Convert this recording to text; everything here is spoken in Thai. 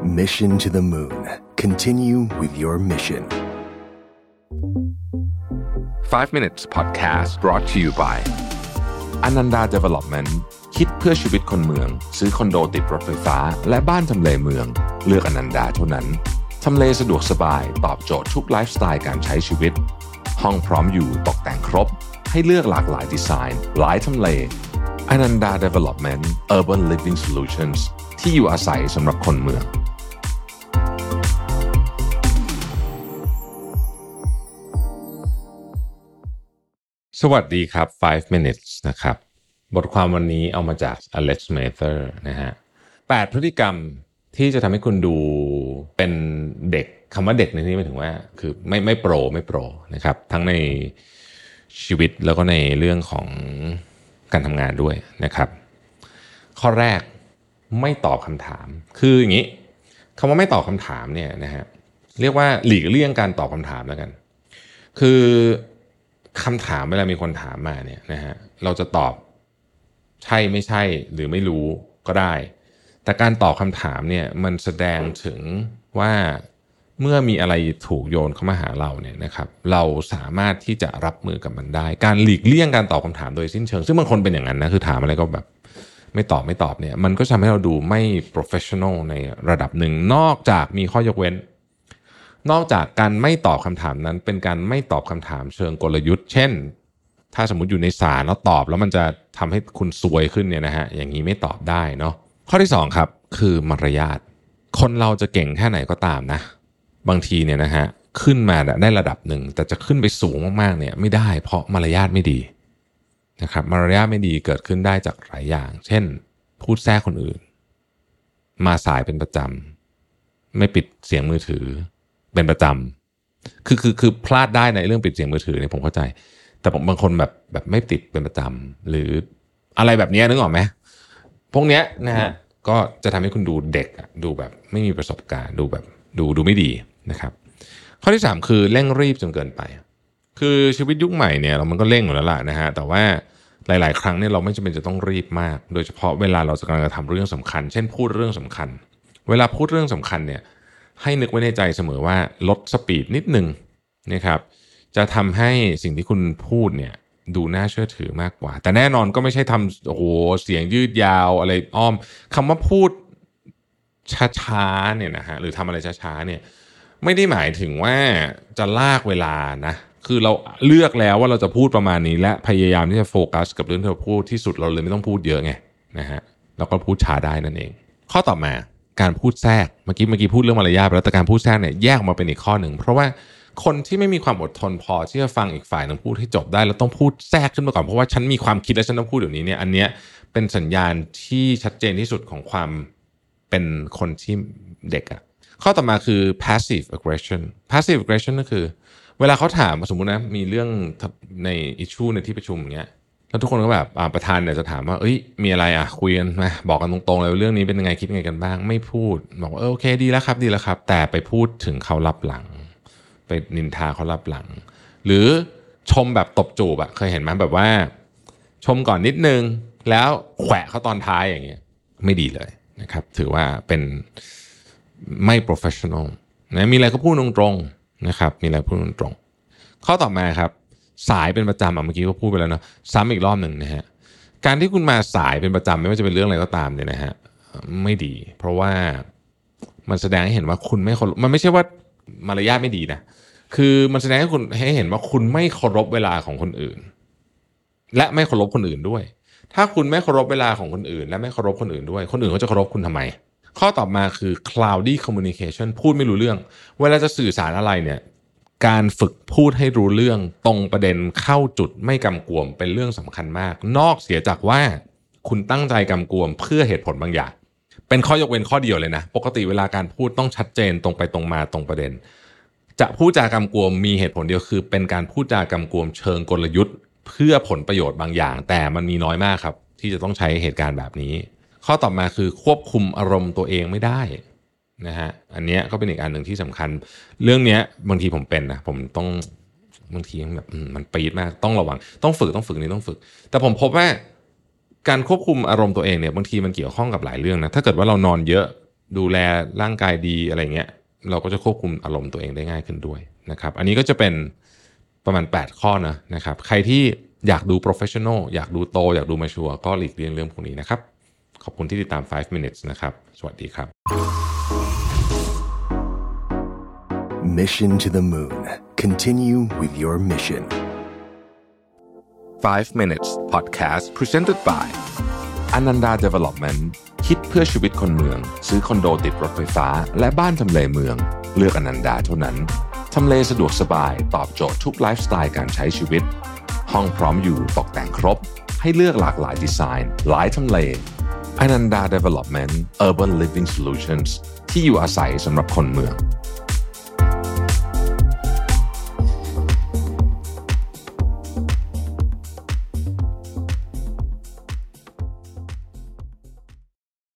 Mission to the Moon. Continue with your mission. 5 minutes podcast brought to you by Ananda Development คิดเพื่อชีวิตคนเมืองซื้อคอนโดติดรถไฟฟ้าและบ้านทำเลเมืองเลือก Ananda เท่านั้นทำเลสะดวกสบายตอบโจทย์ทุกไลฟ์สไตล์การใช้ชีวิตห้องพร้อมอยู่ตกแต่งครบให้เลือกหลากหลายดีไซน์หลายทำเล Ananda Development Urban Living Solutions ที่อยู่อาศัยสำหรับคนเมืองสวัสดีครับ5 minutes นะครับบทความวันนี้เอามาจาก Alex Mather นะฮะ8พฤติกรรมที่จะทำให้คุณดูเป็นเด็กคำว่าเด็กในที่นี้หมายถึงว่าคือไม่โปรนะครับทั้งในชีวิตแล้วก็ในเรื่องของการทำงานด้วยนะครับข้อแรกไม่ตอบคำถามคืออย่างนี้คำว่าไม่ตอบคำถามเนี่ยนะฮะเรียกว่าหลีกเลี่ยงการตอบคำถามแล้วกันคือคำถามเวลามีคนถามมาเนี่ยนะฮะเราจะตอบใช่ไม่ใช่หรือไม่รู้ก็ได้แต่การตอบคำถามเนี่ยมันแสดงถึงว่าเมื่อมีอะไรถูกโยนเข้ามาหาเราเนี่ยนะครับเราสามารถที่จะรับมือกับมันได้การหลีกเลี่ยงการตอบคำถามโดยสิ้นเชิงซึ่งบางคนเป็นอย่างนั้นนะคือถามอะไรก็แบบไม่ตอบเนี่ยมันก็ทำให้เราดูไม่ professional ในระดับหนึ่งนอกจากมีข้อยกเว้นนอกจากการไม่ตอบคำถามนั้นเป็นการไม่ตอบคำถามเชิงกลยุทธ์เช่นถ้าสมมุติอยู่ในศาลแล้วตอบแล้วมันจะทำให้คุณซวยขึ้นเนี่ยนะฮะอย่างนี้ไม่ตอบได้เนาะข้อที่2ครับคือมารยาทคนเราจะเก่งแค่ไหนก็ตามนะบางทีเนี่ยนะฮะขึ้นมาได้ระดับหนึ่งแต่จะขึ้นไปสูงมากๆเนี่ยไม่ได้เพราะมารยาทไม่ดีนะครับมารยาทไม่ดีเกิดขึ้นได้จากหลายอย่างเช่นพูดแทรกคนอื่นมาสายเป็นประจำไม่ปิดเสียงมือถือเป็นประจำคือพลาดได้ในเรื่องปิดเสียงมือถือเนี่ยผมเข้าใจแต่บางคนแบบไม่ติดเป็นประจำหรืออะไรแบบนี้นึกออกไหมพวกเนี้ยนะฮะก็จะทำให้คุณดูเด็กดูแบบไม่มีประสบการณ์ดูแบบดูไม่ดีนะครับข้อที่3คือเร่งรีบจนเกินไปคือชีวิตยุคใหม่เนี่ยมันก็เร่งอยู่แล้วล่ะนะฮะแต่ว่าหลายๆครั้งเนี่ยเราไม่จำเป็นจะต้องรีบมากโดยเฉพาะเวลาเรากำลังจะทำเรื่องสำคัญเช่นพูดเรื่องสำคัญเวลาพูดเรื่องสำคัญเนี่ยให้นึกไว้ในใจเสมอว่าลดสปีดนิดนึงนะครับจะทำให้สิ่งที่คุณพูดเนี่ยดูน่าเชื่อถือมากกว่าแต่แน่นอนก็ไม่ใช่ทำโอ้โหเสียงยืดยาวอะไรอ้อมคำว่าพูดช้าๆเนี่ยนะฮะหรือทำอะไรช้าๆเนี่ยไม่ได้หมายถึงว่าจะลากเวลานะคือเราเลือกแล้วว่าเราจะพูดประมาณนี้และพยายามที่จะโฟกัสกับเรื่องที่เราพูดที่สุดเราเลยไม่ต้องพูดเยอะไงนะฮะเราก็พูดช้าได้นั่นเองข้อต่อมาการพูดแทรกเมื่อกี้พูดเรื่องมารยาทแล้วแต่การพูดแทรกเนี่ยแยกออกมาเป็นอีกข้อหนึ่งเพราะว่าคนที่ไม่มีความอดทนพอที่จะฟังอีกฝ่ายนึงพูดให้จบได้แล้วต้องพูดแทรกขึ้นมาก่อนเพราะว่าฉันมีความคิดและฉันต้องพูดเดี๋ยวนี้เนี่ยอันเนี้ยเป็นสัญญาณที่ชัดเจนที่สุดของความเป็นคนที่เด็กอ่ะข้อต่อมาคือ passive aggression ก็คือเวลาเขาถามสมมุตินะมีเรื่องใน issue ในที่ประชุมอย่างเงี้ยแล้วทุกคนก็แบบประธานเนี่ยจะถามว่ามีอะไรคุยกันมาบอกกันตรงๆเลยเรื่องนี้เป็นยังไงคิดยังไงกันบ้างไม่พูดบอกว่าโอเคดีแล้วครับแต่ไปพูดถึงเขาลับหลังไปนินทาเขาลับหลังหรือชมแบบตบจูบเคยเห็นไหมแบบว่าชมก่อนนิดนึงแล้วแขวะเขาตอนท้ายอย่างเงี้ยไม่ดีเลยนะครับถือว่าเป็นไม่ professional นะมีอะไรก็พูดตรงๆนะครับมีอะไรพูดตรงๆข้อต่อมาครับสายเป็นประจำเมื่อกี้ก็พูดไปแล้วเนาะซ้ำอีกรอบหนึ่งนะฮะการที่คุณมาสายเป็นประจำไม่ว่าจะเป็นเรื่องอะไรก็ตามเนี่ยนะฮะไม่ดีเพราะว่ามันแสดงให้เห็นว่าคุณไม่มันไม่ใช่ว่ามารยาทไม่ดีนะคือมันแสดงให้เห็นว่าคุณไม่เคารพเวลาของคนอื่นและไม่เคารพคนอื่นด้วยถ้าคุณไม่เคารพเวลาของคนอื่นและไม่เคารพคนอื่นด้วยคนอื่นเขาจะเคารพคุณทำไมข้อต่อมาคือ cloudy communication พูดไม่รู้เรื่องเวลาจะสื่อสารอะไรเนี่ยการฝึกพูดให้รู้เรื่องตรงประเด็นเข้าจุดไม่กำกวมเป็นเรื่องสำคัญมากนอกเสียจากว่าคุณตั้งใจกำกวมเพื่อเหตุผลบางอย่างเป็นข้อยกเว้นข้อเดียวเลยนะปกติเวลาการพูดต้องชัดเจนตรงไปตรงมาตรงประเด็นจะพูดจากำกวมมีเหตุผลเดียวคือเป็นการพูดจากำกวมเชิงกลยุทธ์เพื่อผลประโยชน์บางอย่างแต่มันมีน้อยมากครับที่จะต้องใช้เหตุการณ์แบบนี้ข้อต่อมาคือควบคุมอารมณ์ตัวเองไม่ได้นะฮะอันเนี้ยก็เป็นอีกอันหนึ่งที่สำคัญเรื่องเนี้ยบางทีผมเป็นนะผมต้องบางทีแบบมันปี๊ดมากต้องระวังต้องฝึกนี่ต้องฝึกแต่ผมพบว่าการควบคุมอารมณ์ตัวเองเนี่ยบางทีมันเกี่ยวข้องกับหลายเรื่องนะถ้าเกิดว่าเรานอนเยอะดูแลร่างกายดีอะไรเงี้ยเราก็จะควบคุมอารมณ์ตัวเองได้ง่ายขึ้นด้วยนะครับอันนี้ก็จะเป็นประมาณ8ข้อนะครับใครที่อยากดู professional อยากดูโตอยากดู mature ก็หลีกเลี่ยงเรื่องพวกนี้นะครับขอบคุณที่ติดตาม5 minutes นะครับสวัสดีครับ Mission to the Moon. Continue with your mission. 5 minutes podcast presented by Ananda Development คิดเพื่อชีวิตคนเมืองซื้อคอนโดติดรถไฟฟ้าและบ้านทำเลเมืองเลือก Ananda เท่านั้นทำเลสะดวกสบายตอบโจทย์ทุกไลฟ์สไตล์การใช้ชีวิตห้องพร้อมอยู่ตกแต่งครบให้เลือกหลากหลายดีไซน์หลายทำเล Ananda Development Urban Living Solutions ที่อยู่อาศัยสำหรับคนเมือง